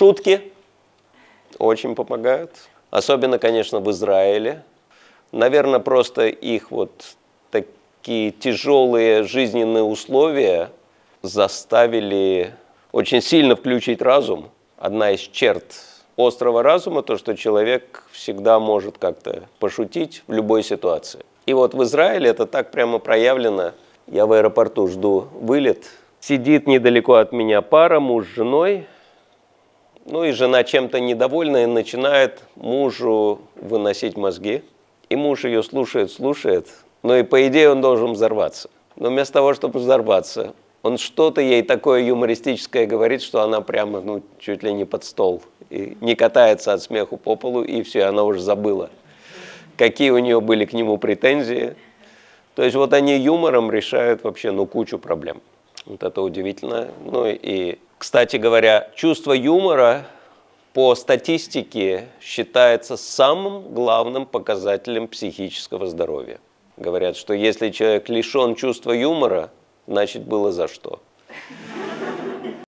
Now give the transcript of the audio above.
Шутки очень помогают. Особенно, конечно, в Израиле. Наверное, просто их вот такие тяжелые жизненные условия заставили очень сильно включить разум. Одна из черт острого разума – то, что человек всегда может как-то пошутить в любой ситуации. И вот в Израиле это так прямо проявлено. Я в аэропорту жду вылет. Сидит недалеко от меня пара, муж с женой. Ну и жена чем-то недовольна и начинает мужу выносить мозги. И муж ее слушает. Ну и по идее он должен взорваться. Но вместо того, чтобы взорваться, он что-то ей такое юмористическое говорит, что она прямо чуть ли не под стол. И не катается от смеху по полу, и все, она уже забыла, какие у нее были к нему претензии. То есть вот они юмором решают вообще кучу проблем. Вот это удивительно. Ну и, кстати говоря, чувство юмора по статистике считается самым главным показателем психического здоровья. Говорят, что если человек лишен чувства юмора, значит было за что.